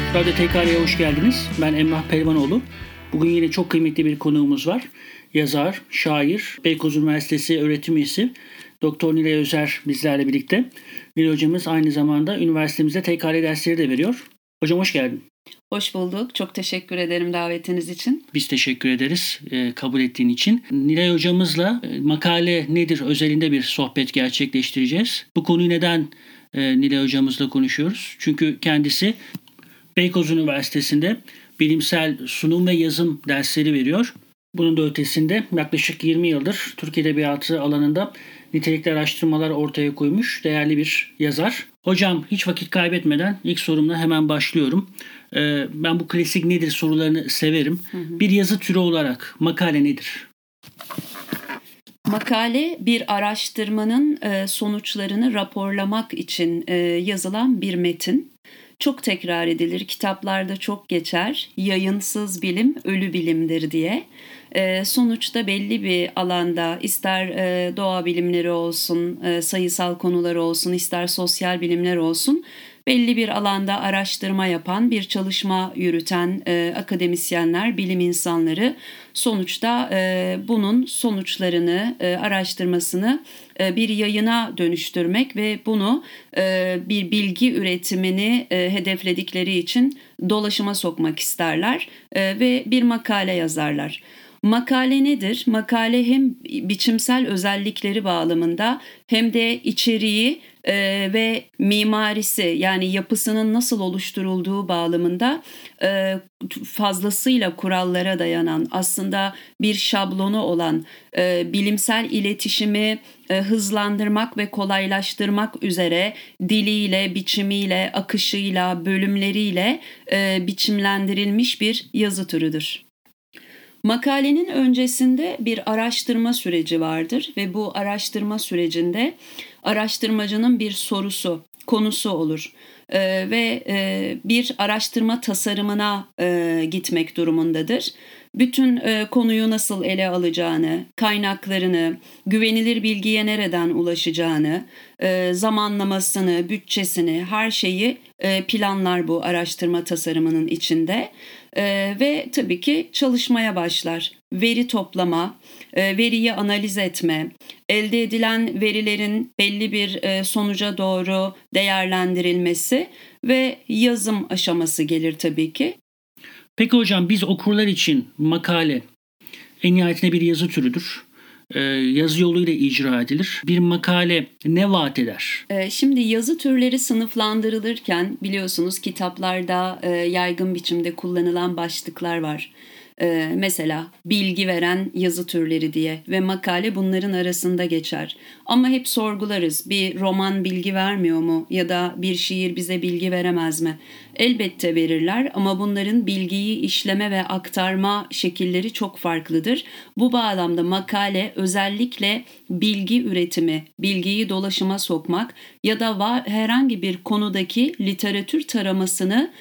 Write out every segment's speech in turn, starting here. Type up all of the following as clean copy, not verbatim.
Radyo TKR'ye hoş geldiniz. Ben Emrah Pelvanoğlu. Bugün yine çok kıymetli bir konuğumuz var. Yazar, şair, Beykoz Üniversitesi öğretim üyesi Doktor Nilay Özer bizlerle birlikte. Nilay hocamız aynı zamanda üniversitemizde TKR dersleri de veriyor. Hocam hoş geldin. Hoş bulduk. Çok teşekkür ederim davetiniz için. Biz teşekkür ederiz kabul ettiğin için. Nilay hocamızla makale nedir özelinde bir sohbet gerçekleştireceğiz. Bu konuyu neden Nilay hocamızla konuşuyoruz? Çünkü kendisi Beykoz Üniversitesi'nde bilimsel sunum ve yazım dersleri veriyor. Bunun da ötesinde yaklaşık 20 yıldır Türk Edebiyatı alanında nitelikli araştırmalar ortaya koymuş değerli bir yazar. Hocam hiç vakit kaybetmeden ilk sorumla hemen başlıyorum. Ben bu klasik nedir sorularını severim. Bir yazı türü olarak makale nedir? Makale bir araştırmanın sonuçlarını raporlamak için yazılan bir metin. Çok tekrar edilir, kitaplarda çok geçer. Yayınsız bilim ölü bilimdir diye. Sonuçta belli bir alanda ister doğa bilimleri olsun, sayısal konular olsun, ister sosyal bilimler olsun belli bir alanda araştırma yapan, bir çalışma yürüten akademisyenler, bilim insanları sonuçta bunun sonuçlarını, araştırmasını bir yayına dönüştürmek ve bunu bir bilgi üretimini hedefledikleri için dolaşıma sokmak isterler ve bir makale yazarlar. Makale nedir? Makale hem biçimsel özellikleri bağlamında hem de içeriği ve mimarisi yani yapısının nasıl oluşturulduğu bağlamında fazlasıyla kurallara dayanan aslında bir şablonu olan bilimsel iletişimi hızlandırmak ve kolaylaştırmak üzere diliyle, biçimiyle, akışıyla, bölümleriyle biçimlendirilmiş bir yazı türüdür. Makalenin öncesinde bir araştırma süreci vardır ve bu araştırma sürecinde araştırmacının bir sorusu, konusu olur ve bir araştırma tasarımına gitmek durumundadır. Bütün konuyu nasıl ele alacağını, kaynaklarını, güvenilir bilgiye nereden ulaşacağını, zamanlamasını, bütçesini, her şeyi planlar bu araştırma tasarımının içinde. Ve tabii ki çalışmaya başlar. Veri toplama, veriyi analiz etme, elde edilen verilerin belli bir sonuca doğru değerlendirilmesi ve yazım aşaması gelir tabii ki. Peki hocam biz okurlar için makale en nihayetinde bir yazı türüdür. Yazı yoluyla icra edilir. Bir makale ne vaat eder? Şimdi yazı türleri sınıflandırılırken biliyorsunuz kitaplarda yaygın biçimde kullanılan başlıklar var. Mesela bilgi veren yazı türleri diye ve makale bunların arasında geçer. Ama hep sorgularız, bir roman bilgi vermiyor mu ya da bir şiir bize bilgi veremez mi? Elbette verirler ama bunların bilgiyi işleme ve aktarma şekilleri çok farklıdır. Bu bağlamda makale özellikle bilgi üretimi, bilgiyi dolaşıma sokmak ya da herhangi bir konudaki literatür taramasını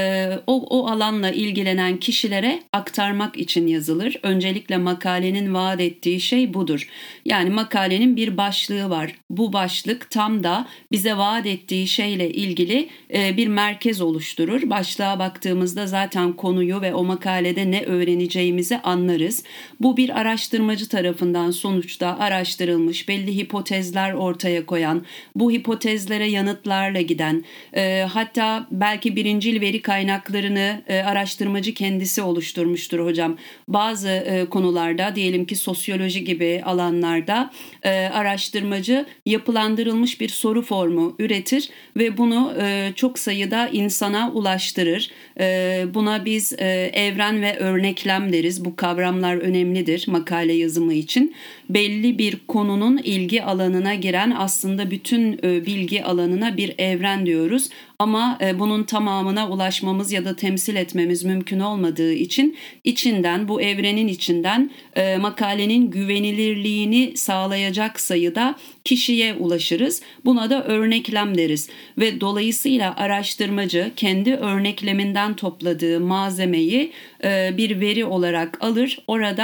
o alanla ilgilenen kişilere aktarmak için yazılır. Öncelikle makalenin vaat ettiği şey budur. Yani makalenin bir başlığı var. Bu başlık tam da bize vaat ettiği şeyle ilgili bir merkez oluşturur. Başlığa baktığımızda zaten konuyu ve o makalede ne öğreneceğimizi anlarız. Bu bir araştırmacı tarafından sonuçta araştırılmış, belli hipotezler ortaya koyan, bu hipotezlere yanıtlarla giden, hatta belki birincil veri kaynaklarını araştırmacı kendisi oluşturmuştur hocam. Bazı konularda diyelim ki sosyoloji gibi alanlarda araştırmacı yapılandırılmış bir soru formu üretir ve bunu çok sayıda insana ulaştırır. Buna biz evren ve örneklem deriz. Bu kavramlar önemlidir makale yazımı için. Belli bir konunun ilgi alanına giren aslında bütün bilgi alanına bir evren diyoruz. Ama bunun tamamına ulaşmamız ya da temsil etmemiz mümkün olmadığı için içinden, bu evrenin içinden makalenin güvenilirliğini sağlayacak sayıda kişiye ulaşırız. Buna da örneklem deriz ve dolayısıyla araştırmacı kendi örnekleminden topladığı malzemeyi bir veri olarak alır. Orada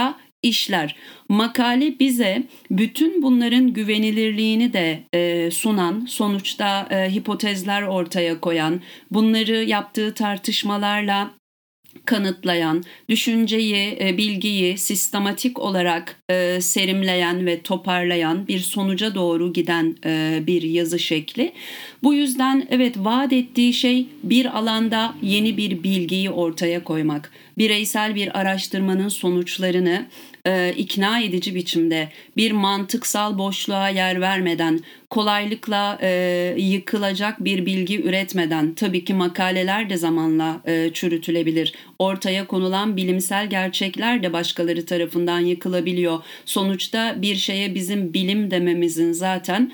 işler. Makale bize bütün bunların güvenilirliğini de sunan, sonuçta hipotezler ortaya koyan, bunları yaptığı tartışmalarla kanıtlayan, düşünceyi, bilgiyi sistematik olarak serimleyen ve toparlayan, bir sonuca doğru giden bir yazı şekli. Bu yüzden evet, vaat ettiği şey bir alanda yeni bir bilgiyi ortaya koymak, bireysel bir araştırmanın sonuçlarını ikna edici biçimde, bir mantıksal boşluğa yer vermeden, kolaylıkla yıkılacak bir bilgi üretmeden, tabii ki makaleler de zamanla çürütülebilir. Ortaya konulan bilimsel gerçekler de başkaları tarafından yıkılabiliyor. Sonuçta bir şeye bizim bilim dememizin zaten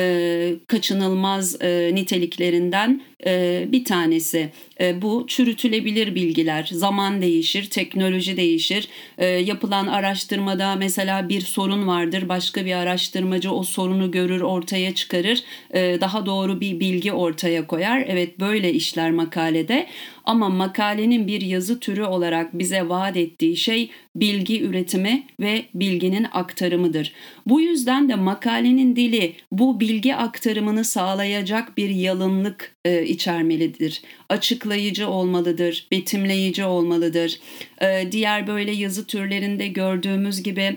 kaçınılmaz niteliklerinden bir tanesi. Bu çürütülebilir bilgiler. Zaman değişir, teknoloji değişir. Yapılan araştırmada mesela bir sorun vardır. Başka bir araştırmacı o sorunu görür, ortaya çıkarır. Daha doğru bir bilgi ortaya koyar. Evet, böyle işler makalede. Ama makalenin bir yazı türü olarak bize vaat ettiği şey bilgi üretimi ve bilginin aktarımıdır. Bu yüzden de makalenin dili bu bilgi aktarımını sağlayacak bir yalınlık içermelidir. Açıklayıcı olmalıdır, betimleyici olmalıdır. Diğer böyle yazı türlerinde gördüğümüz gibi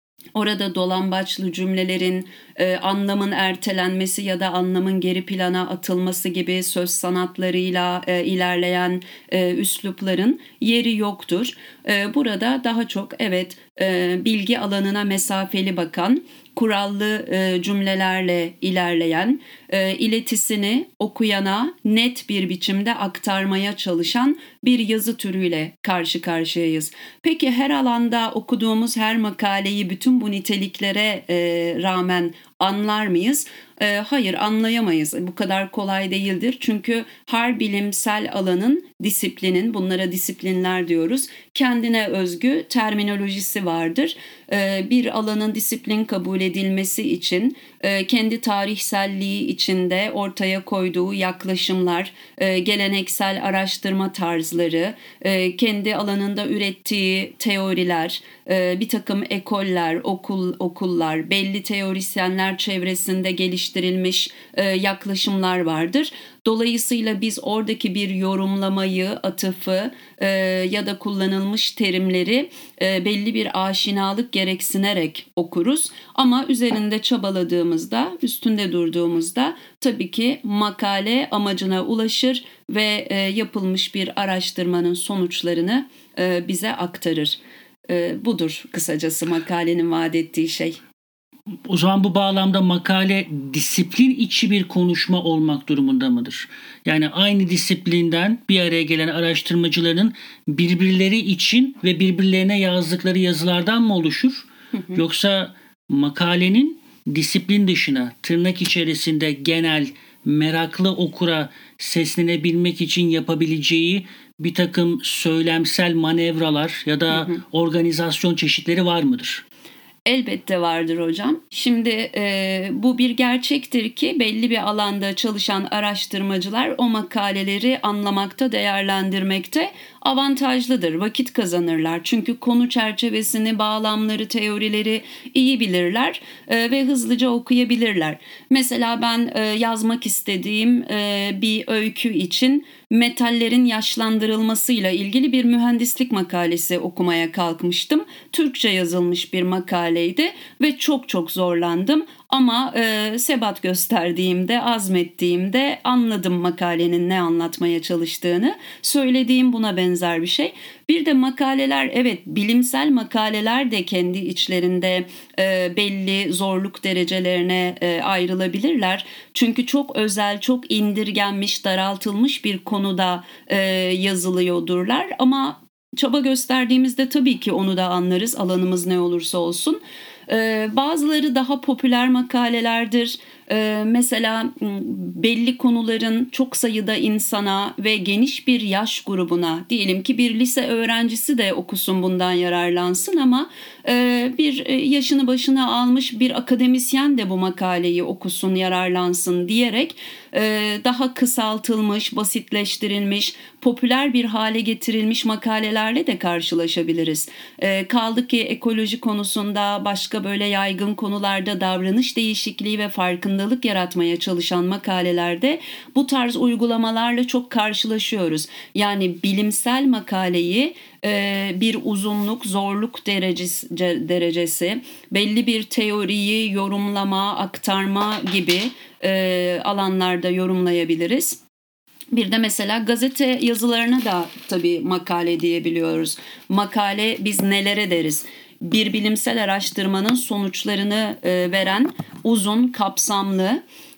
orada dolambaçlı cümlelerin anlamın ertelenmesi ya da anlamın geri plana atılması gibi söz sanatlarıyla ilerleyen üslupların yeri yoktur. Burada daha çok evet, bilgi alanına mesafeli bakan, kurallı cümlelerle ilerleyen, iletisini okuyana net bir biçimde aktarmaya çalışan bir yazı türüyle karşı karşıyayız. Peki her alanda okuduğumuz her makaleyi bütün bu niteliklere rağmen anlar mıyız? Hayır, anlayamayız. Bu kadar kolay değildir. Çünkü her bilimsel alanın, disiplinin, bunlara disiplinler diyoruz, kendine özgü terminolojisi vardır. Bir alanın disiplin kabul edilmesi için kendi tarihselliği içinde ortaya koyduğu yaklaşımlar, geleneksel araştırma tarzları, kendi alanında ürettiği teoriler, bir takım ekoller, okullar, belli teorisyenler çevresinde geliştirilmiş yaklaşımlar vardır. Dolayısıyla biz oradaki bir yorumlamayı, atıfı ya da kullanılmış terimleri belli bir aşinalık gereksinerek okuruz. Ama üzerinde çabaladığımızda, üstünde durduğumuzda tabii ki makale amacına ulaşır ve yapılmış bir araştırmanın sonuçlarını bize aktarır. Budur kısacası makalenin vaat ettiği şey. O zaman bu bağlamda makale disiplin içi bir konuşma olmak durumunda mıdır? Yani aynı disiplinden bir araya gelen araştırmacıların birbirleri için ve birbirlerine yazdıkları yazılardan mı oluşur? Yoksa makalenin disiplin dışına, tırnak içerisinde genel, meraklı okura seslenebilmek için yapabileceği bir takım söylemsel manevralar ya da organizasyon çeşitleri var mıdır? Elbette vardır hocam. Şimdi bu bir gerçektir ki belli bir alanda çalışan araştırmacılar o makaleleri anlamakta, değerlendirmekte avantajlıdır. Vakit kazanırlar. Çünkü konu çerçevesini, bağlamları, teorileri iyi bilirler ve hızlıca okuyabilirler. Mesela ben yazmak istediğim bir öykü için metallerin yaşlandırılmasıyla ilgili bir mühendislik makalesi okumaya kalkmıştım. Türkçe yazılmış bir makaleydi ve çok zorlandım. Ama sebat gösterdiğimde, azmettiğimde anladım makalenin ne anlatmaya çalıştığını. Söylediğim buna benzer bir şey. Bir de makaleler, evet, bilimsel makaleler de kendi içlerinde belli zorluk derecelerine ayrılabilirler. Çünkü çok özel, çok indirgenmiş, daraltılmış bir konuda yazılıyordurlar. Ama çaba gösterdiğimizde tabii ki onu da anlarız, alanımız ne olursa olsun. Bazıları daha popüler makalelerdir. Mesela belli konuların çok sayıda insana ve geniş bir yaş grubuna, diyelim ki bir lise öğrencisi de okusun, bundan yararlansın, ama bir yaşını başına almış bir akademisyen de bu makaleyi okusun, yararlansın diyerek daha kısaltılmış, basitleştirilmiş, popüler bir hale getirilmiş makalelerle de karşılaşabiliriz. Kaldı ki ekoloji konusunda, başka böyle yaygın konularda davranış değişikliği ve farkındalık yaratmaya çalışan makalelerde bu tarz uygulamalarla çok karşılaşıyoruz. Yani bilimsel makaleyi bir uzunluk, zorluk derecesi, belli bir teoriyi yorumlama, aktarma gibi alanlarda yorumlayabiliriz. Bir de mesela gazete yazılarına da tabii makale diyebiliyoruz. Makale biz nelere deriz? Bir bilimsel araştırmanın sonuçlarını veren uzun, kapsamlı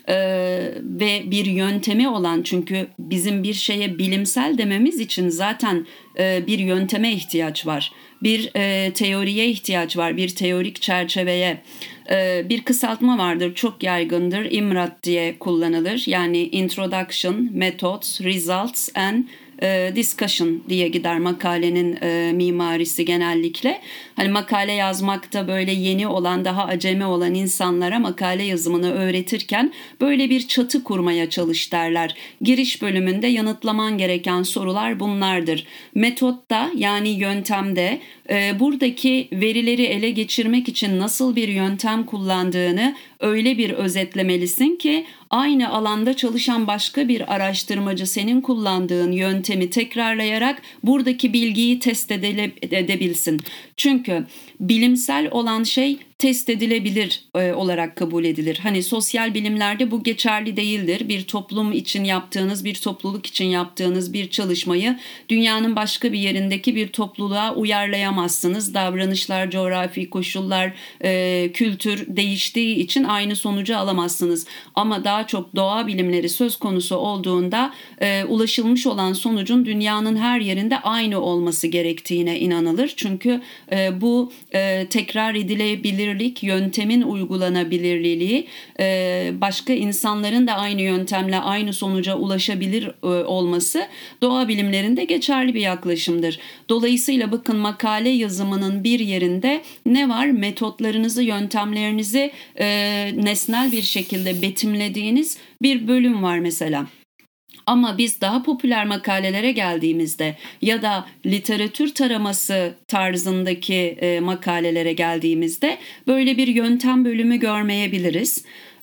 ve bir yöntemi olan, çünkü bizim bir şeye bilimsel dememiz için zaten bir yönteme ihtiyaç var. Bir teoriye ihtiyaç var, bir teorik çerçeveye. Bir kısaltma vardır, çok yaygındır, IMRAT diye kullanılır. Yani Introduction, Methods, Results and discussion diye gider makalenin mimarisi genellikle. Hani makale yazmakta böyle yeni olan, daha acemi olan insanlara makale yazımını öğretirken böyle bir çatı kurmaya çalış derler. Giriş bölümünde yanıtlaman gereken sorular bunlardır. Metotta, yani yöntemde buradaki verileri ele geçirmek için nasıl bir yöntem kullandığını öyle bir özetlemelisin ki aynı alanda çalışan başka bir araştırmacı senin kullandığın yöntemi tekrarlayarak buradaki bilgiyi test edebilsin. Çünkü bilimsel olan şey test edilebilir olarak kabul edilir. Hani sosyal bilimlerde bu geçerli değildir. Bir toplum için yaptığınız, bir topluluk için yaptığınız bir çalışmayı dünyanın başka bir yerindeki bir topluluğa uyarlayamazsınız. Davranışlar, coğrafi koşullar, kültür değiştiği için aynı sonucu alamazsınız. Ama daha çok doğa bilimleri söz konusu olduğunda ulaşılmış olan sonucun dünyanın her yerinde aynı olması gerektiğine inanılır. Çünkü bu tekrar edilebilirlik, yöntemin uygulanabilirliği, başka insanların da aynı yöntemle aynı sonuca ulaşabilir olması doğa bilimlerinde geçerli bir yaklaşımdır. Dolayısıyla bakın, makale yazımının bir yerinde ne var? Metotlarınızı, yöntemlerinizi nesnel bir şekilde betimlediğiniz bir bölüm var mesela. Ama biz daha popüler makalelere geldiğimizde ya da literatür taraması tarzındaki makalelere geldiğimizde böyle bir yöntem bölümü görmeyebiliriz.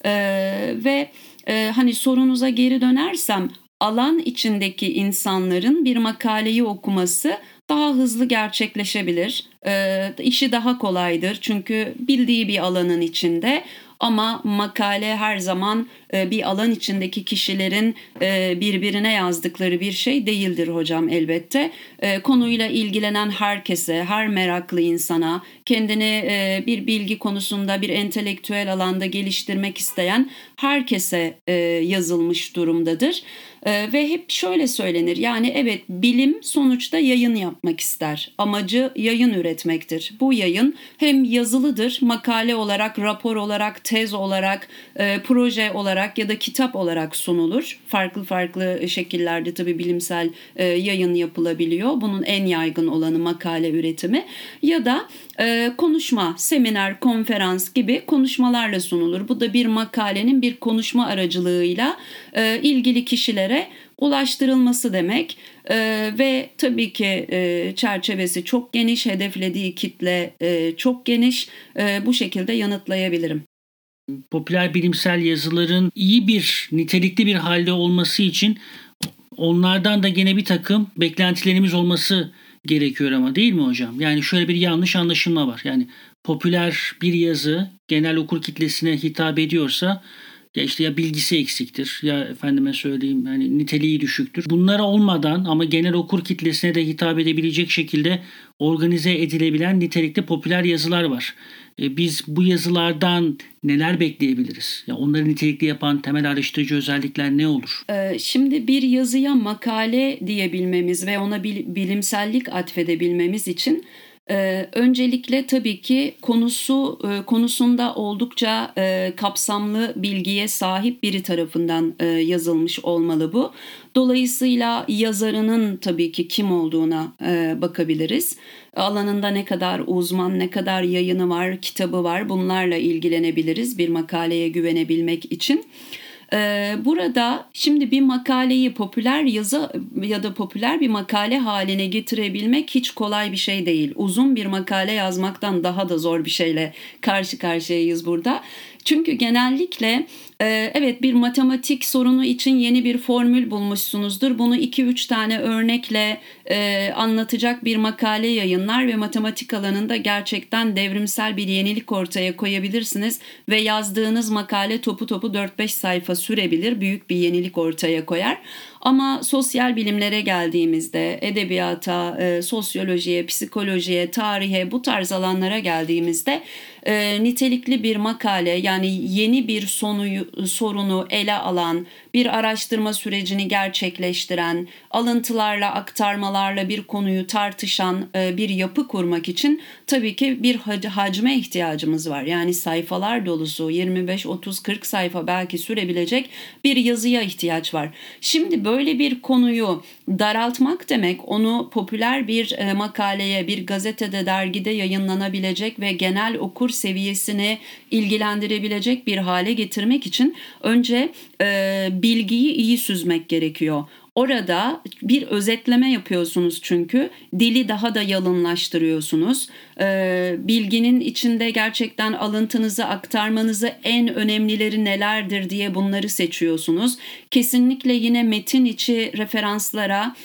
Ve hani sorunuza geri dönersem, alan içindeki insanların bir makaleyi okuması daha hızlı gerçekleşebilir. İşi daha kolaydır çünkü bildiği bir alanın içinde. Ama makale her zaman bir alan içindeki kişilerin birbirine yazdıkları bir şey değildir hocam, elbette. Konuyla ilgilenen herkese, her meraklı insana, kendini bir bilgi konusunda, bir entelektüel alanda geliştirmek isteyen herkese yazılmış durumdadır. Ve hep şöyle söylenir, yani evet, bilim sonuçta yayın yapmak ister. Amacı yayın üretmektir. Bu yayın hem yazılıdır, makale olarak, rapor olarak, tez olarak, proje olarak ya da kitap olarak sunulur. Farklı farklı şekillerde tabii bilimsel yayın yapılabiliyor. Bunun en yaygın olanı makale üretimi. Ya da konuşma, seminer, konferans gibi konuşmalarla sunulur. Bu da bir makalenin bir konuşma aracılığıyla ilgili kişilere ulaştırılması demek. Ve tabii ki çerçevesi çok geniş, hedeflediği kitle çok geniş. Bu şekilde yanıtlayabilirim. Popüler bilimsel yazıların iyi bir, nitelikli bir halde olması için onlardan da gene bir takım beklentilerimiz olması gerekiyor ama, değil mi hocam? Yani şöyle bir yanlış anlaşılma var. Yani popüler bir yazı genel okur kitlesine hitap ediyorsa, ya işte ya bilgisi eksiktir, ya efendime söyleyeyim yani niteliği düşüktür. Bunlar olmadan ama genel okur kitlesine de hitap edebilecek şekilde organize edilebilen nitelikli popüler yazılar var. Biz bu yazılardan neler bekleyebiliriz? Ya onları nitelikli yapan temel ayrıştırıcı özellikler ne olur? Şimdi bir yazıya makale diyebilmemiz ve ona bilimsellik atfedebilmemiz için Öncelikle tabii ki konusunda oldukça kapsamlı bilgiye sahip biri tarafından yazılmış olmalı bu. Dolayısıyla yazarının tabii ki kim olduğuna bakabiliriz. Alanında ne kadar uzman, ne kadar yayını var, kitabı var, bunlarla ilgilenebiliriz bir makaleye güvenebilmek için. Burada şimdi bir makaleyi popüler yazı ya da popüler bir makale haline getirebilmek hiç kolay bir şey değil. Uzun bir makale yazmaktan daha da zor bir şeyle karşı karşıyayız burada. Çünkü genellikle evet, bir matematik sorunu için yeni bir formül bulmuşsunuzdur. Bunu 2-3 tane örnekle anlatacak bir makale yayınlar ve matematik alanında gerçekten devrimsel bir yenilik ortaya koyabilirsiniz ve yazdığınız makale topu 4-5 sayfa sürebilir, büyük bir yenilik ortaya koyar. Ama sosyal bilimlere geldiğimizde, edebiyata, sosyolojiye, psikolojiye, tarihe, bu tarz alanlara geldiğimizde nitelikli bir makale, yani yeni bir sorunu ele alan, bir araştırma sürecini gerçekleştiren, alıntılarla, aktarmalarla bir konuyu tartışan bir yapı kurmak için tabii ki bir hacme ihtiyacımız var. Yani sayfalar dolusu 25, 30, 40 sayfa belki sürebilecek bir yazıya ihtiyaç var. Şimdi böyle bir konuyu daraltmak demek, onu popüler bir makaleye, bir gazetede, dergide yayınlanabilecek ve genel okur seviyesini ilgilendirebilecek bir hale getirmek için önce bilgiyi iyi süzmek gerekiyor. Orada bir özetleme yapıyorsunuz çünkü dili daha da yalınlaştırıyorsunuz. Bilginin içinde gerçekten alıntınızı aktarmanızı en önemlileri nelerdir diye bunları seçiyorsunuz. Kesinlikle yine metin içi referanslara,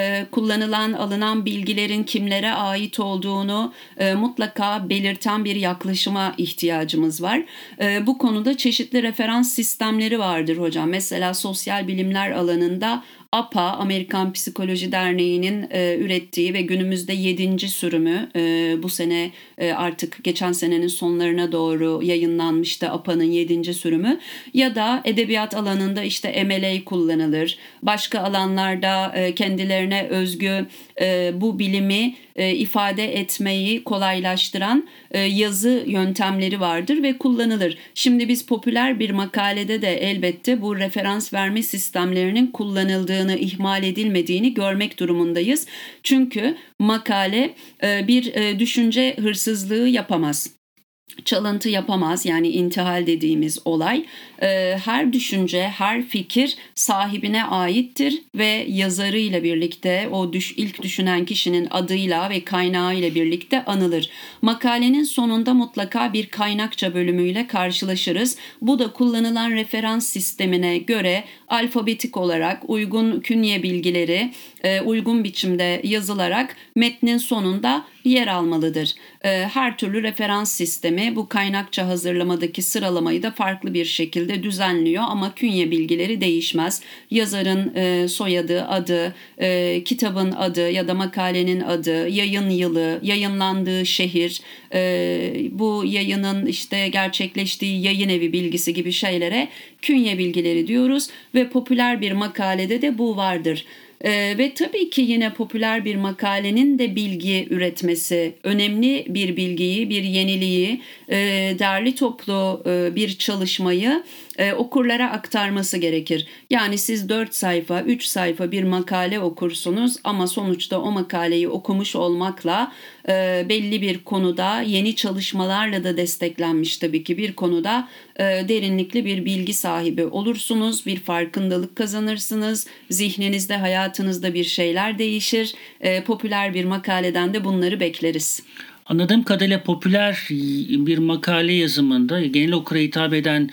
alınan bilgilerin kimlere ait olduğunu mutlaka belirten bir yaklaşıma ihtiyacımız var. Bu konuda çeşitli referans sistemleri vardır hocam. Mesela sosyal bilimler alanında APA, Amerikan Psikoloji Derneği'nin ürettiği ve günümüzde 7. sürümü, bu sene artık geçen senenin sonlarına doğru yayınlanmıştı APA'nın 7. sürümü, ya da edebiyat alanında işte MLA kullanılır. Başka alanlarda kendilerine özgü bu bilimi ifade etmeyi kolaylaştıran yazı yöntemleri vardır ve kullanılır. Şimdi biz popüler bir makalede de elbette bu referans verme sistemlerinin kullanıldığını, ihmal edilmediğini görmek durumundayız. Çünkü makale bir düşünce hırsızlığı yapamaz. Çalıntı yapamaz, yani intihal dediğimiz olay. Her düşünce, her fikir sahibine aittir ve yazarıyla birlikte o ilk düşünen kişinin adıyla ve kaynağıyla birlikte anılır. Makalenin sonunda mutlaka bir kaynakça bölümüyle karşılaşırız. Bu da kullanılan referans sistemine göre alfabetik olarak uygun künye bilgileri uygun biçimde yazılarak metnin sonunda yer almalıdır. Her türlü referans sistemi bu kaynakça hazırlamadaki sıralamayı da farklı bir şekilde düzenliyor ama künye bilgileri değişmez. Yazarın soyadı, adı, kitabın adı ya da makalenin adı, yayın yılı, yayınlandığı şehir, bu yayının işte gerçekleştiği yayın evi bilgisi gibi şeylere künye bilgileri diyoruz ve popüler bir makalede de bu vardır. Ve tabii ki yine popüler bir makalenin de bilgi üretmesi, önemli bir bilgiyi, bir yeniliği, derli toplu bir çalışmayı okurlara aktarması gerekir. Yani siz 4 sayfa, 3 sayfa bir makale okursunuz ama sonuçta o makaleyi okumuş olmakla belli bir konuda, yeni çalışmalarla da desteklenmiş tabii ki bir konuda derinlikli bir bilgi sahibi olursunuz, bir farkındalık kazanırsınız, zihninizde, hayatınızda bir şeyler değişir. Popüler bir makaleden de bunları bekleriz. Anladığım kadarıyla popüler bir makale yazımında, genel okura hitap eden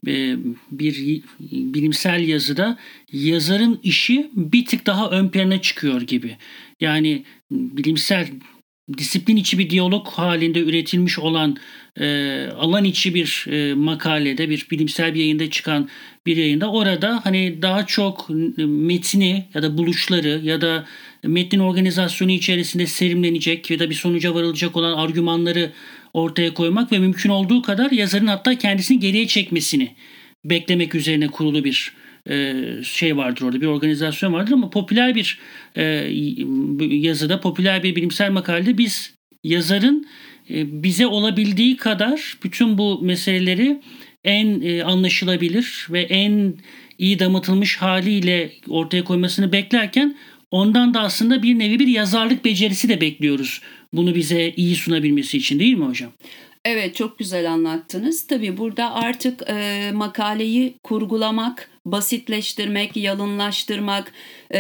bir bilimsel yazıda yazarın işi bir tık daha ön plana çıkıyor gibi. Yani bilimsel, disiplin içi bir diyalog halinde üretilmiş olan alan içi bir makalede, bir bilimsel bir yayında çıkan bir yayında, orada hani daha çok metni ya da buluşları ya da metnin organizasyonu içerisinde serimlenecek ya da bir sonuca varılacak olan argümanları ortaya koymak ve mümkün olduğu kadar yazarın hatta kendisini geriye çekmesini beklemek üzerine kurulu bir şey vardır orada, bir organizasyon vardır ama popüler bir yazıda, popüler bir bilimsel makalede biz yazarın bize olabildiği kadar bütün bu meseleleri en anlaşılabilir ve en iyi damıtılmış haliyle ortaya koymasını beklerken ondan da aslında bir nevi bir yazarlık becerisi de bekliyoruz. Bunu bize iyi sunabilmesi için, değil mi hocam? Evet, çok güzel anlattınız. Tabii burada artık makaleyi kurgulamak, basitleştirmek, yalınlaştırmak,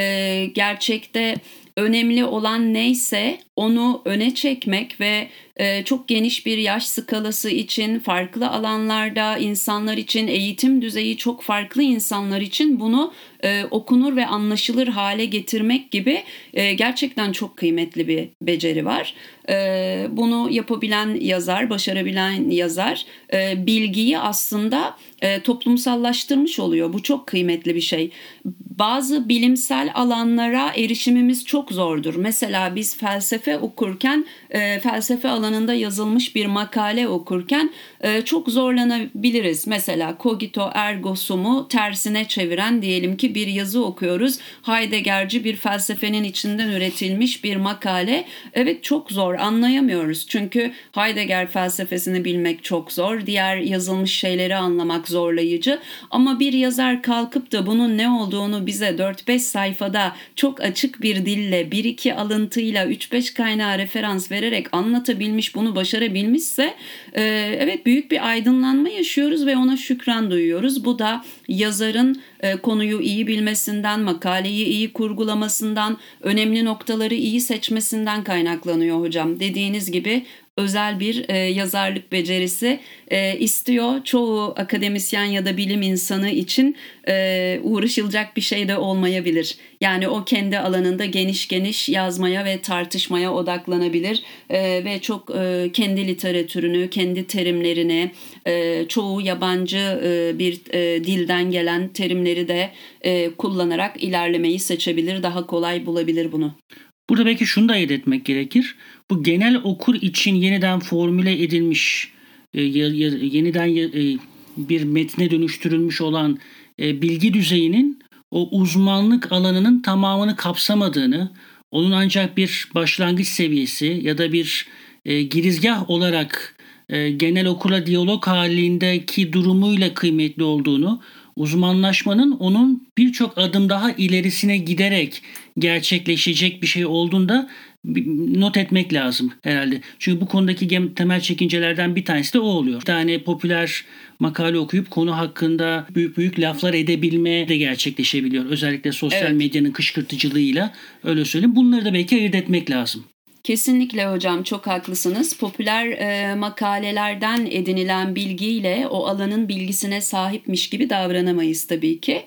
gerçekte önemli olan neyse onu öne çekmek ve çok geniş bir yaş skalası için, farklı alanlarda insanlar için, eğitim düzeyi çok farklı insanlar için bunu okunur ve anlaşılır hale getirmek gibi gerçekten çok kıymetli bir beceri var. Bunu yapabilen yazar, başarabilen yazar bilgiyi aslında toplumsallaştırmış oluyor. Bu çok kıymetli bir şey. Bazı bilimsel alanlara erişimimiz çok zordur. Mesela biz felsefe okurken, felsefe alanında yazılmış bir makale okurken çok zorlanabiliriz. Mesela cogito ergo sum'u tersine çeviren diyelim ki bir yazı okuyoruz. Heidegger'ci bir felsefenin içinden üretilmiş bir makale. Evet, çok zor, anlayamıyoruz. Çünkü Heidegger felsefesini bilmek çok zor. Diğer yazılmış şeyleri anlamak zorlayıcı. Ama bir yazar kalkıp da bunun ne olduğunu bize 4-5 sayfada çok açık bir dille, 1-2 alıntıyla, 3-5 kaynağa referans vererek anlatabilmiş, bunu başarabilmişse evet, büyük bir aydınlanma yaşıyoruz ve ona şükran duyuyoruz. Bu da yazarın konuyu iyi bilmesinden, makaleyi iyi kurgulamasından, önemli noktaları iyi seçmesinden kaynaklanıyor hocam. Dediğiniz gibi özel bir yazarlık becerisi istiyor. Çoğu akademisyen ya da bilim insanı için uğraşılacak bir şey de olmayabilir. Yani o kendi alanında geniş geniş yazmaya ve tartışmaya odaklanabilir ve çok kendi literatürünü, kendi terimlerini, çoğu yabancı bir dilden gelen terimleri de kullanarak ilerlemeyi seçebilir, daha kolay bulabilir bunu. Burada belki şunu da ayırt etmek gerekir. Bu genel okur için yeniden formüle edilmiş, yeniden bir metne dönüştürülmüş olan bilgi düzeyinin o uzmanlık alanının tamamını kapsamadığını, onun ancak bir başlangıç seviyesi ya da bir girizgah olarak genel okurla diyalog halindeki durumuyla kıymetli olduğunu, uzmanlaşmanın onun birçok adım daha ilerisine giderek gerçekleşecek bir şey olduğunda not etmek lazım herhalde. Çünkü bu konudaki temel çekincelerden bir tanesi de o oluyor. Bir tane popüler makale okuyup konu hakkında büyük büyük laflar edebilme de gerçekleşebiliyor. Özellikle sosyal medyanın kışkırtıcılığıyla, öyle söyleyeyim. Bunları da belki ayırt etmek lazım. Kesinlikle hocam, çok haklısınız. Popüler makalelerden edinilen bilgiyle o alanın bilgisine sahipmiş gibi davranamayız tabii ki.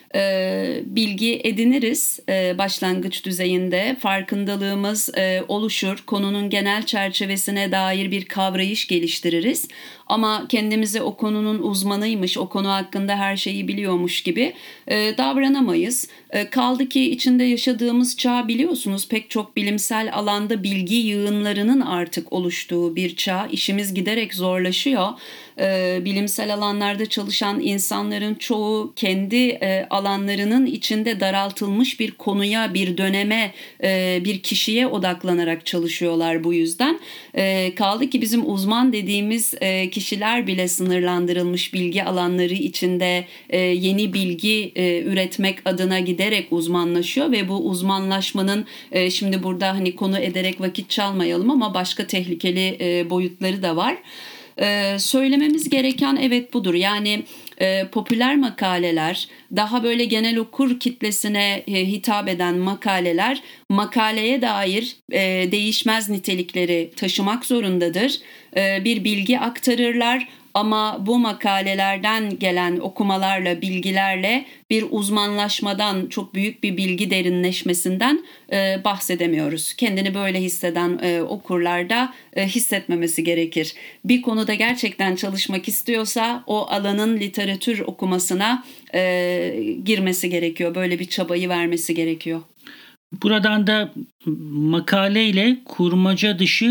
Bilgi ediniriz başlangıç düzeyinde, farkındalığımız oluşur, konunun genel çerçevesine dair bir kavrayış geliştiririz. Ama kendimizi o konunun uzmanıymış, o konu hakkında her şeyi biliyormuş gibi davranamayız. Kaldı ki içinde yaşadığımız çağ, biliyorsunuz, pek çok bilimsel alanda bilgi yığınlarının artık oluştuğu bir çağ. İşimiz giderek zorlaşıyor. Bilimsel alanlarda çalışan insanların çoğu kendi alanlarının içinde daraltılmış bir konuya, bir döneme, bir kişiye odaklanarak çalışıyorlar bu yüzden. Kaldı ki bizim uzman dediğimiz kişiler bile sınırlandırılmış bilgi alanları içinde yeni bilgi üretmek adına giderek uzmanlaşıyor ve bu uzmanlaşmanın şimdi burada hani konu ederek vakit çalmayalım ama başka tehlikeli boyutları da var. Söylememiz gereken evet budur. Yani popüler makaleler, daha böyle genel okur kitlesine hitap eden makaleler, makaleye dair değişmez nitelikleri taşımak zorundadır. Bir bilgi aktarırlar. Ama bu makalelerden gelen okumalarla, bilgilerle bir uzmanlaşmadan, çok büyük bir bilgi derinleşmesinden bahsedemiyoruz. Kendini böyle hisseden okurlar da hissetmemesi gerekir. Bir konuda gerçekten çalışmak istiyorsa o alanın literatür okumasına girmesi gerekiyor. Böyle bir çabayı vermesi gerekiyor. Buradan da makaleyle kurmaca dışı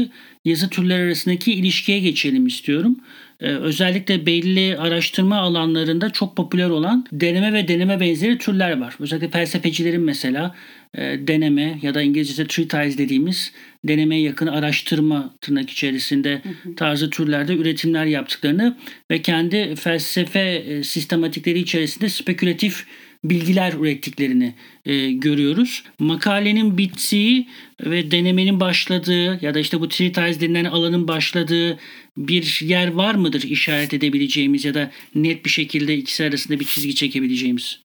yazı türleri arasındaki ilişkiye geçelim istiyorum. Özellikle belli araştırma alanlarında çok popüler olan deneme ve deneme benzeri türler var. Özellikle felsefecilerin mesela deneme ya da İngilizce'de treatise dediğimiz denemeye yakın araştırma tırnak içerisinde tarzı türlerde üretimler yaptıklarını ve kendi felsefe sistematikleri içerisinde spekülatif bilgiler ürettiklerini görüyoruz. Makalenin bittiği ve denemenin başladığı ya da işte bu treatise denilen alanın başladığı bir yer var mıdır işaret edebileceğimiz ya da net bir şekilde ikisi arasında bir çizgi çekebileceğimiz?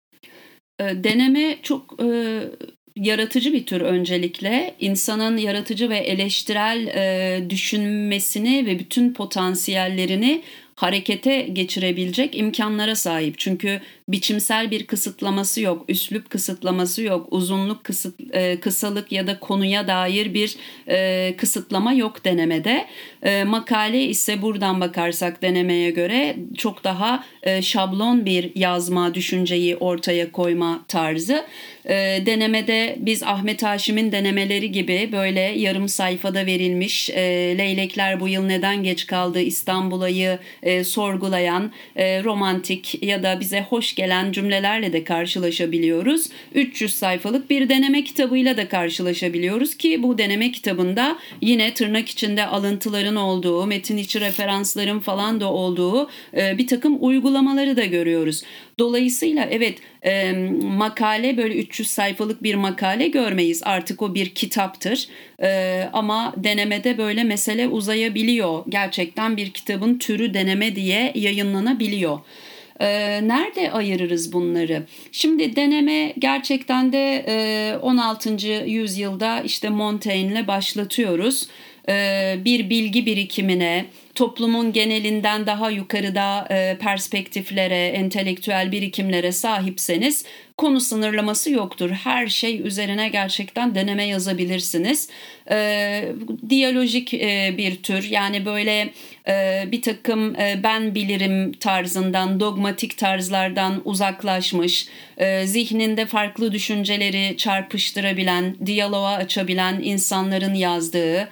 Deneme çok yaratıcı bir tür öncelikle. İnsanın yaratıcı ve eleştirel düşünmesini ve bütün potansiyellerini harekete geçirebilecek imkanlara sahip. Çünkü biçimsel bir kısıtlaması yok, üslup kısıtlaması yok, uzunluk kısalık ya da konuya dair bir kısıtlama yok denemede. Makale ise buradan bakarsak denemeye göre çok daha şablon bir yazma, düşünceyi ortaya koyma tarzı. Denemede biz Ahmet Haşim'in denemeleri gibi böyle yarım sayfada verilmiş Leylekler bu yıl neden geç kaldı, İstanbul'u sorgulayan romantik ya da bize hoş gelen cümlelerle de karşılaşabiliyoruz. 300 sayfalık bir deneme kitabıyla da karşılaşabiliyoruz ki bu deneme kitabında yine tırnak içinde alıntıların olduğu, metin içi referansların falan da olduğu bir takım uygulamaları da görüyoruz. Dolayısıyla evet, makale böyle 300 sayfalık bir makale görmeyiz. Artık o bir kitaptır. Ama denemede böyle mesele uzayabiliyor. Gerçekten bir kitabın türü deneme diye yayınlanabiliyor. Nerede ayırırız bunları? Şimdi deneme gerçekten de 16. yüzyılda işte Montaigne'le başlatıyoruz. Bir bilgi birikimine, toplumun genelinden daha yukarıda perspektiflere, entelektüel birikimlere sahipseniz konu sınırlaması yoktur. Her şey üzerine gerçekten deneme yazabilirsiniz. Diyalojik bir tür, yani böyle bir takım ben bilirim tarzından, dogmatik tarzlardan uzaklaşmış, zihninde farklı düşünceleri çarpıştırabilen, diyaloğa açabilen insanların yazdığı,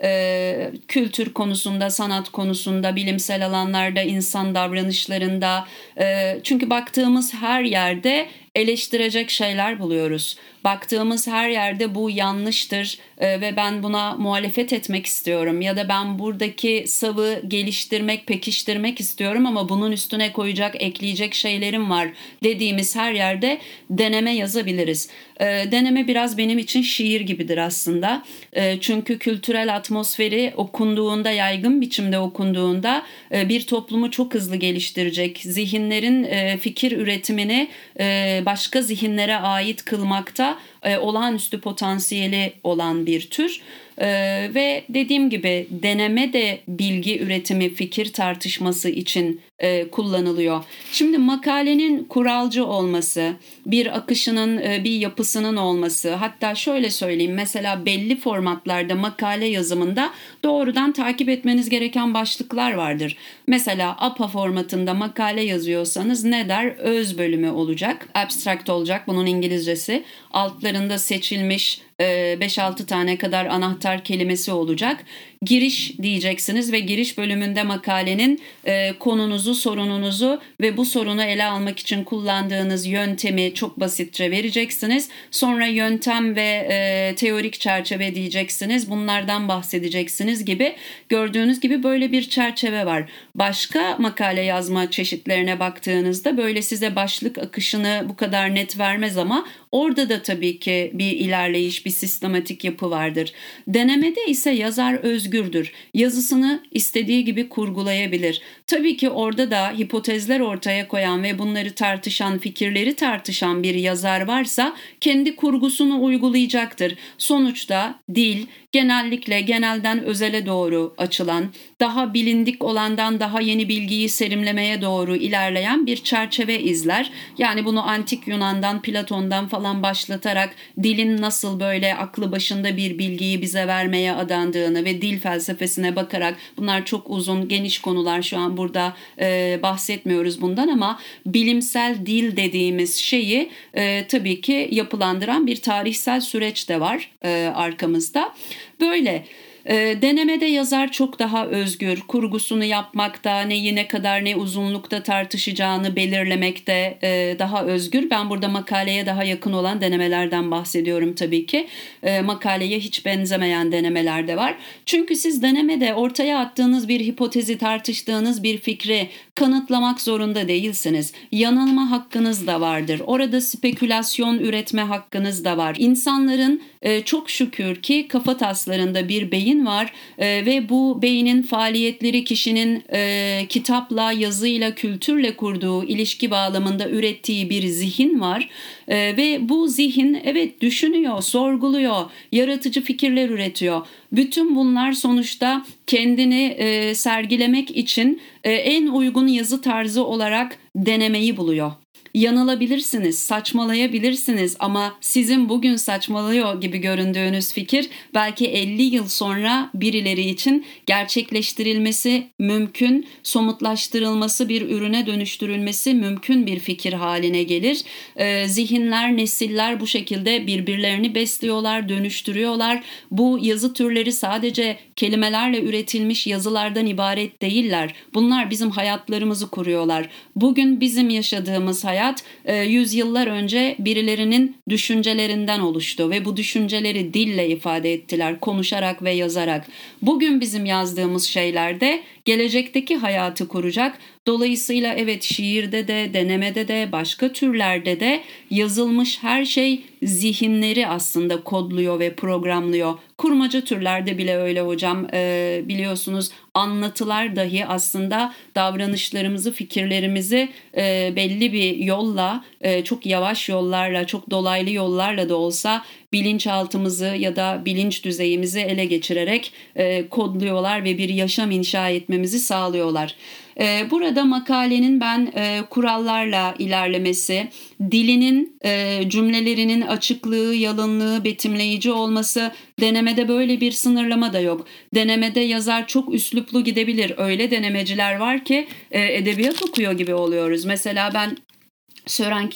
kültür konusunda, sanat konusunda, bilimsel alanlarda, insan davranışlarında, çünkü baktığımız her yerde eleştirecek şeyler buluyoruz. Baktığımız her yerde bu yanlıştır ve ben buna muhalefet etmek istiyorum ya da ben buradaki savı geliştirmek, pekiştirmek istiyorum ama bunun üstüne koyacak, ekleyecek şeylerim var dediğimiz her yerde deneme yazabiliriz. Deneme biraz benim için şiir gibidir aslında. Çünkü kültürel atmosferi okunduğunda, yaygın biçimde okunduğunda bir toplumu çok hızlı geliştirecek. Zihinlerin fikir üretimini başka zihinlere ait kılmakta olağanüstü potansiyeli olan bir tür. Ve dediğim gibi deneme de bilgi üretimi, fikir tartışması için kullanılıyor. Şimdi makalenin kuralcı olması, bir akışının, bir yapısının olması, hatta şöyle söyleyeyim, mesela belli formatlarda makale yazımında doğrudan takip etmeniz gereken başlıklar vardır. Mesela APA formatında makale yazıyorsanız ne der? Öz bölümü olacak, abstract olacak, bunun İngilizcesi. Altlarında seçilmiş 5-6 tane kadar anahtar kelimesi olacak. Giriş diyeceksiniz ve giriş bölümünde makalenin konunuzu, sorununuzu ve bu sorunu ele almak için kullandığınız yöntemi çok basitçe vereceksiniz. Sonra yöntem ve teorik çerçeve diyeceksiniz. Bunlardan bahsedeceksiniz gibi. Gördüğünüz gibi böyle bir çerçeve var. Başka makale yazma çeşitlerine baktığınızda böyle size başlık akışını bu kadar net vermez ama orada da tabii ki bir ilerleyiş, bir sistematik yapı vardır. Denemede ise yazar özgürdür. Yazısını istediği gibi kurgulayabilir. Tabii ki orada da hipotezler ortaya koyan ve bunları tartışan, fikirleri tartışan bir yazar varsa kendi kurgusunu uygulayacaktır. Sonuçta dil genellikle genelden özele doğru açılan, daha bilindik olandan daha yeni bilgiyi serimlemeye doğru ilerleyen bir çerçeve izler. Yani bunu antik Yunan'dan, Platon'dan falan başlatarak dilin nasıl böyle aklı başında bir bilgiyi bize vermeye adandığını ve dil felsefesine bakarak, bunlar çok uzun, geniş konular, şu an burada bahsetmiyoruz bundan, ama bilimsel dil dediğimiz şeyi tabii ki yapılandıran bir tarihsel süreç de var arkamızda. Böyle. Denemede yazar çok daha özgür. Kurgusunu yapmakta, neyi ne kadar ne uzunlukta tartışacağını belirlemekte daha özgür. Ben burada makaleye daha yakın olan denemelerden bahsediyorum tabii ki. Makaleye hiç benzemeyen denemeler de var. Çünkü siz denemede ortaya attığınız bir hipotezi, tartıştığınız bir fikri kanıtlamak zorunda değilsiniz. Yanılma hakkınız da vardır. Orada spekülasyon üretme hakkınız da var. İnsanların çok şükür ki kafa taslarında bir beyin var ve bu beynin faaliyetleri kişinin kitapla, yazıyla, kültürle kurduğu ilişki bağlamında ürettiği bir zihin var. Ve bu zihin evet düşünüyor, sorguluyor, yaratıcı fikirler üretiyor. Bütün bunlar sonuçta kendini sergilemek için en uygun yazı tarzı olarak denemeyi buluyor. Yanılabilirsiniz, saçmalayabilirsiniz ama sizin bugün saçmalıyor gibi göründüğünüz fikir belki 50 yıl sonra birileri için gerçekleştirilmesi mümkün, somutlaştırılması, bir ürüne dönüştürülmesi mümkün bir fikir haline gelir. Zihinler, nesiller bu şekilde birbirlerini besliyorlar, dönüştürüyorlar. Bu yazı türleri sadece kelimelerle üretilmiş yazılardan ibaret değiller. Bunlar bizim hayatlarımızı kuruyorlar. Bugün bizim yaşadığımız hayat yüzyıllar önce birilerinin düşüncelerinden oluştu ve bu düşünceleri dille ifade ettiler, konuşarak ve yazarak. Bugün bizim yazdığımız şeyler de gelecekteki hayatı kuracak. Dolayısıyla evet, şiirde de, denemede de, başka türlerde de yazılmış her şey zihinleri aslında kodluyor ve programlıyor. Kurmaca türlerde bile öyle hocam. Biliyorsunuz anlatılar dahi aslında davranışlarımızı, fikirlerimizi belli bir yolla, çok yavaş yollarla, çok dolaylı yollarla da olsa bilinçaltımızı ya da bilinç düzeyimizi ele geçirerek kodluyorlar ve bir yaşam inşa etmemizi sağlıyorlar. Burada makalenin ben kurallarla ilerlemesi, dilinin, cümlelerinin açıklığı, yalınlığı, betimleyici olması, denemede böyle bir sınırlama da yok. Denemede yazar çok üsluplu gidebilir. Öyle denemeciler var ki edebiyat okuyor gibi oluyoruz. Mesela ben Søren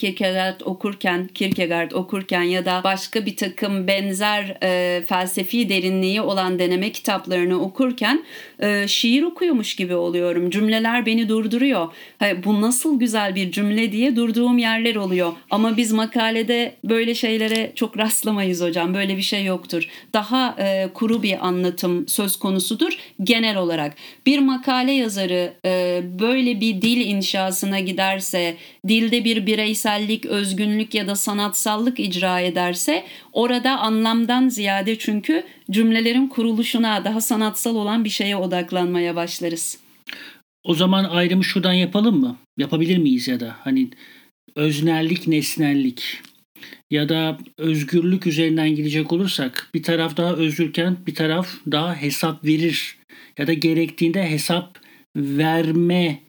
Kierkegaard okurken ya da başka bir takım benzer felsefi derinliği olan deneme kitaplarını okurken şiir okuyormuş gibi oluyorum. Cümleler beni durduruyor. Bu nasıl güzel bir cümle diye durduğum yerler oluyor. Ama biz makalede böyle şeylere çok rastlamayız hocam. Böyle bir şey yoktur. Daha kuru bir anlatım söz konusudur genel olarak. Bir makale yazarı böyle bir dil inşasına giderse, dilde bir bireysellik, özgünlük ya da sanatsallık icra ederse orada anlamdan ziyade çünkü cümlelerin kuruluşuna, daha sanatsal olan bir şeye odaklanmaya başlarız. O zaman ayrımı şuradan yapalım mı? Yapabilir miyiz ya da hani öznellik, nesnellik ya da özgürlük üzerinden gidecek olursak bir taraf daha özgürken bir taraf daha hesap verir ya da gerektiğinde hesap verme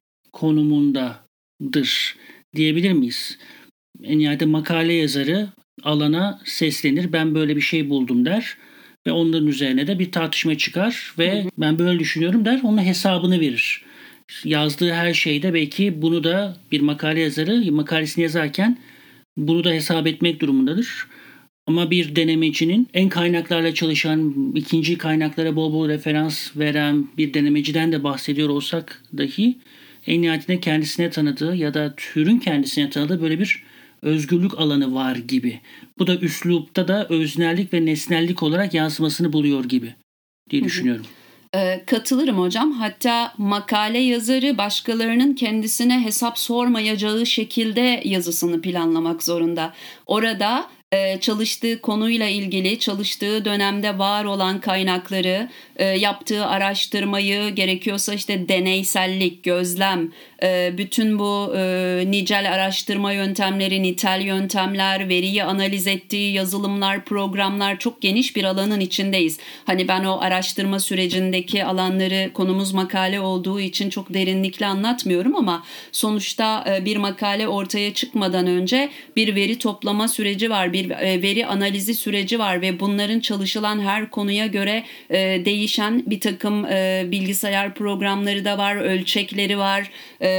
konumundadır diyebilir miyiz? En nihayetinde makale yazarı alana seslenir. Ben böyle bir şey buldum der ve onların üzerine de bir tartışma çıkar ve ben böyle düşünüyorum der. Onun hesabını verir. Yazdığı her şeyde belki bunu da bir makale yazarı makalesini yazarken bunu da hesap etmek durumundadır. Ama bir denemecinin en kaynaklarla çalışan, ikinci kaynaklara bol bol referans veren bir denemeciden de bahsediyor olsak dahi en nihayetinde kendisine tanıdığı ya da türün kendisine tanıdığı böyle bir özgürlük alanı var gibi. Bu da üslupta da öznellik ve nesnellik olarak yansımasını buluyor gibi diye düşünüyorum. Katılırım hocam. Hatta makale yazarı başkalarının kendisine hesap sormayacağı şekilde yazısını planlamak zorunda. Orada çalıştığı konuyla ilgili, çalıştığı dönemde var olan kaynakları, yaptığı araştırmayı, gerekiyorsa işte deneysellik, gözlem, bütün bu nicel araştırma yöntemleri, nitel yöntemler, veriyi analiz ettiği yazılımlar, programlar, çok geniş bir alanın içindeyiz. Hani ben o araştırma sürecindeki alanları, konumuz makale olduğu için çok derinlikli anlatmıyorum ama sonuçta bir makale ortaya çıkmadan önce bir veri toplama süreci var, bir bir veri analizi süreci var ve bunların çalışılan her konuya göre değişen bir takım bilgisayar programları da var, ölçekleri var.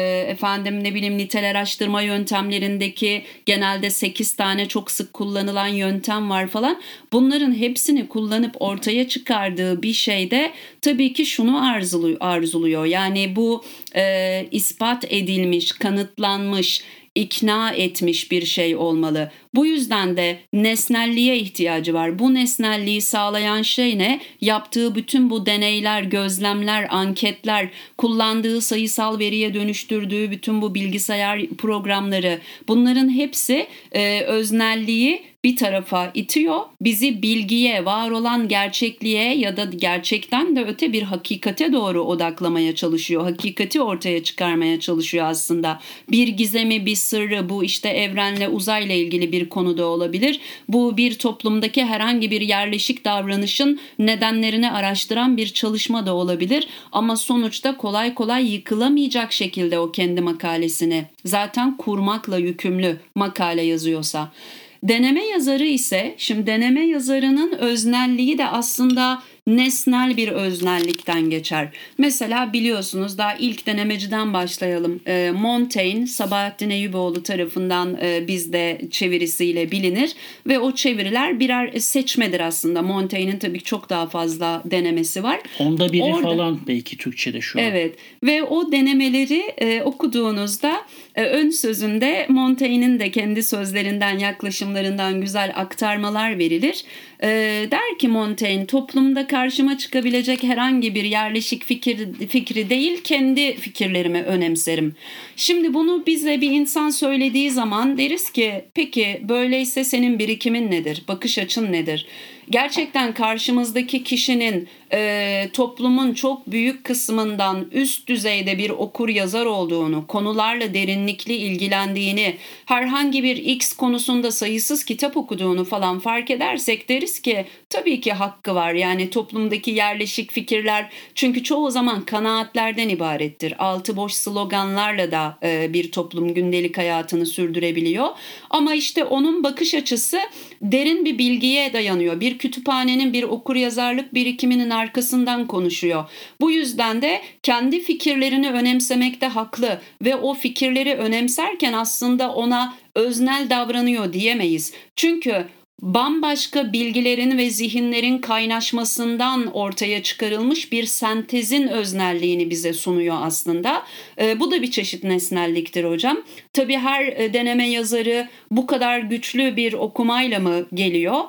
Nitel araştırma yöntemlerindeki genelde 8 tane çok sık kullanılan yöntem var falan. Bunların hepsini kullanıp ortaya çıkardığı bir şeyde tabii ki şunu arzuluyor. Yani bu ispat edilmiş, kanıtlanmış, ikna etmiş bir şey olmalı. Bu yüzden de nesnelliğe ihtiyacı var. Bu nesnelliği sağlayan şey ne? Yaptığı bütün bu deneyler, gözlemler, anketler, kullandığı sayısal veriye dönüştürdüğü bütün bu bilgisayar programları, bunların hepsi öznelliği bir tarafa itiyor. Bizi bilgiye, var olan gerçekliğe ya da gerçekten de öte bir hakikate doğru odaklamaya çalışıyor. Hakikati ortaya çıkarmaya çalışıyor aslında. Bir gizemi, bir sırrı, bu işte evrenle, uzayla ilgili bir konuda olabilir. Bu bir toplumdaki herhangi bir yerleşik davranışın nedenlerini araştıran bir çalışma da olabilir. Ama sonuçta kolay kolay yıkılamayacak şekilde o kendi makalesini zaten kurmakla yükümlü makale yazıyorsa. Deneme yazarı ise, şimdi deneme yazarının öznelliği de aslında nesnel bir öznellikten geçer. Mesela biliyorsunuz, daha ilk denemeciden başlayalım. Montaigne, Sabahattin Eyyuboğlu tarafından bizde çevirisiyle bilinir ve o çeviriler birer seçmedir aslında. Montaigne'in tabii çok daha fazla denemesi var. Onda biri falan belki Türkçe'de şu an. Evet, ve o denemeleri okuduğunuzda ön sözünde Montaigne'in de kendi sözlerinden, yaklaşımlarından güzel aktarmalar verilir. Der ki Montaigne, toplumda karşıma çıkabilecek herhangi bir yerleşik fikri değil, kendi fikirlerimi önemserim. Şimdi bunu bize bir insan söylediği zaman deriz ki, peki böyleyse senin birikimin nedir, bakış açın nedir? Gerçekten karşımızdaki kişinin toplumun çok büyük kısmından üst düzeyde bir okur yazar olduğunu, konularla derinlikli ilgilendiğini, herhangi bir X konusunda sayısız kitap okuduğunu falan fark edersek deriz ki tabii ki hakkı var. Yani toplumdaki yerleşik fikirler çünkü çoğu zaman kanaatlerden ibarettir. Altı boş sloganlarla da bir toplum gündelik hayatını sürdürebiliyor. Ama işte onun bakış açısı derin bir bilgiye dayanıyor. Bir kütüphanenin, bir okuryazarlık birikiminin arkasından konuşuyor. Bu yüzden de kendi fikirlerini önemsemekte haklı ve o fikirleri önemserken aslında ona öznel davranıyor diyemeyiz. Çünkü bambaşka bilgilerin ve zihinlerin kaynaşmasından ortaya çıkarılmış bir sentezin öznelliğini bize sunuyor aslında. Bu da bir çeşit nesnelliktir hocam. Tabii her deneme yazarı bu kadar güçlü bir okumayla mı geliyor?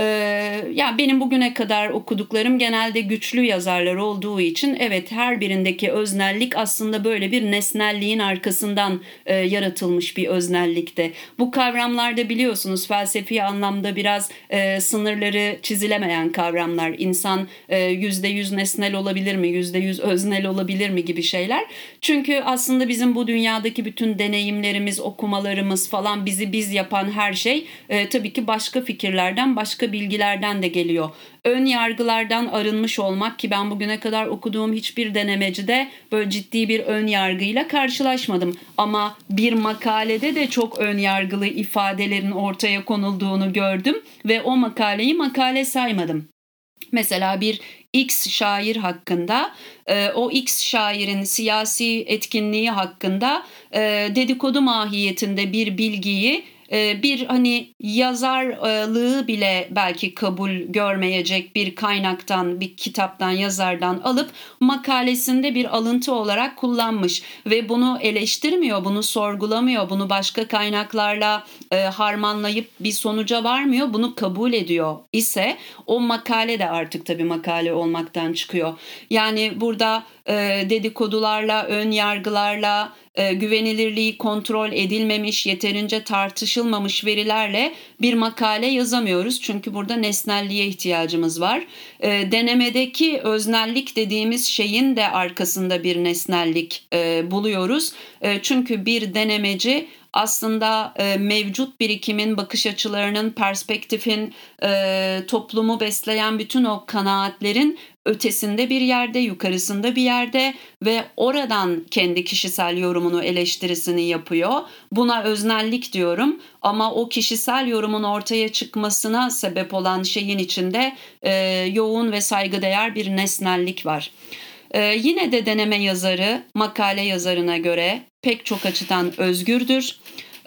Ya benim bugüne kadar okuduklarım genelde güçlü yazarlar olduğu için evet, her birindeki öznellik aslında böyle bir nesnelliğin arkasından yaratılmış bir öznellikte. Bu kavramlarda biliyorsunuz felsefi anlamda biraz sınırları çizilemeyen kavramlar. İnsan %100 nesnel olabilir mi, %100 öznel olabilir mi gibi şeyler. Çünkü aslında bizim bu dünyadaki bütün deneyimlerimiz, okumalarımız falan, bizi biz yapan her şey tabii ki başka fikirlerden, başka bilgilerden de geliyor. Ön yargılardan arınmış olmak, ki ben bugüne kadar okuduğum hiçbir denemecide böyle ciddi bir ön yargıyla karşılaşmadım. Ama bir makalede de çok ön yargılı ifadelerin ortaya konulduğunu gördüm ve o makaleyi makale saymadım. Mesela bir X şair hakkında, o X şairin siyasi etkinliği hakkında dedikodu mahiyetinde bir bilgiyi bir yazarlığı bile belki kabul görmeyecek bir kaynaktan, bir kitaptan, yazardan alıp makalesinde bir alıntı olarak kullanmış ve bunu eleştirmiyor, bunu sorgulamıyor, bunu başka kaynaklarla harmanlayıp bir sonuca varmıyor, bunu kabul ediyor ise o makale de artık tabii makale olmaktan çıkıyor. Yani burada dedikodularla, ön yargılarla, güvenilirliği kontrol edilmemiş, yeterince tartışılmamış verilerle bir makale yazamıyoruz. Çünkü burada nesnelliğe ihtiyacımız var. Denemedeki öznellik dediğimiz şeyin de arkasında bir nesnellik buluyoruz. Çünkü bir denemeci aslında mevcut birikimin, bakış açılarının, perspektifin, toplumu besleyen bütün o kanaatlerin ötesinde bir yerde, yukarısında bir yerde ve oradan kendi kişisel yorumunu, eleştirisini yapıyor. Buna öznellik diyorum ama o kişisel yorumun ortaya çıkmasına sebep olan şeyin içinde yoğun ve saygıdeğer bir nesnellik var. Yine de deneme yazarı, makale yazarına göre pek çok açıdan özgürdür.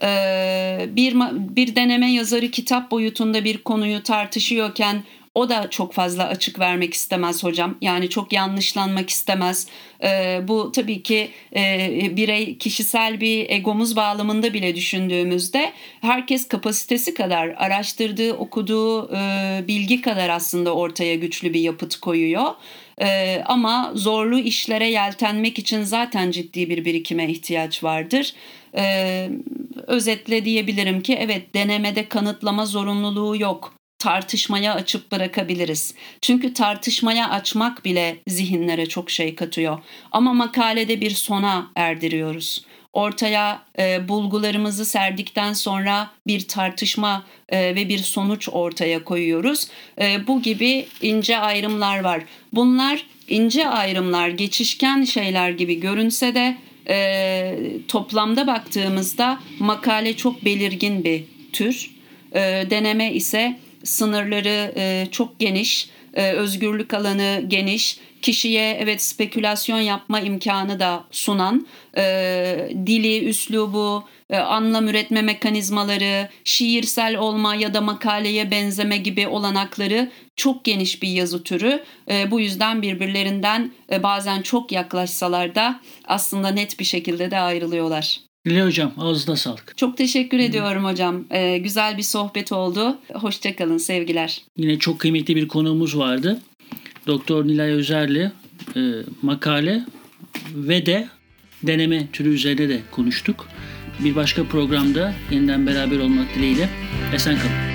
Bir deneme yazarı kitap boyutunda bir konuyu tartışıyorken o da çok fazla açık vermek istemez hocam. Yani çok yanlışlanmak istemez. Bu tabii ki birey kişisel bir egomuz bağlamında bile düşündüğümüzde herkes kapasitesi kadar, araştırdığı, okuduğu bilgi kadar aslında ortaya güçlü bir yapıt koyuyor. Ama zorlu işlere yeltenmek için zaten ciddi bir birikime ihtiyaç vardır. Özetle diyebilirim ki evet, denemede kanıtlama zorunluluğu yok. Tartışmaya açıp bırakabiliriz. Çünkü tartışmaya açmak bile zihinlere çok şey katıyor. Ama makalede bir sona erdiriyoruz. Ortaya bulgularımızı serdikten sonra bir tartışma ve bir sonuç ortaya koyuyoruz. Bu gibi ince ayrımlar var. Bunlar ince ayrımlar, geçişken şeyler gibi görünse de toplamda baktığımızda makale çok belirgin bir tür. Deneme ise sınırları çok geniş, özgürlük alanı geniş, kişiye evet spekülasyon yapma imkanı da sunan, dili, üslubu, anlam üretme mekanizmaları, şiirsel olma ya da makaleye benzeme gibi olanakları çok geniş bir yazı türü. Bu yüzden birbirlerinden bazen çok yaklaşsalar da aslında net bir şekilde de ayrılıyorlar. Nilay Hocam, ağzına sağlık. Çok teşekkür ediyorum hocam. Güzel bir sohbet oldu. Hoşça kalın, sevgiler. Yine çok kıymetli bir konuğumuz vardı. Doktor Nilay Özer'le makale ve de deneme türü üzerine de konuştuk. Bir başka programda yeniden beraber olmak dileğiyle. Esen kalın.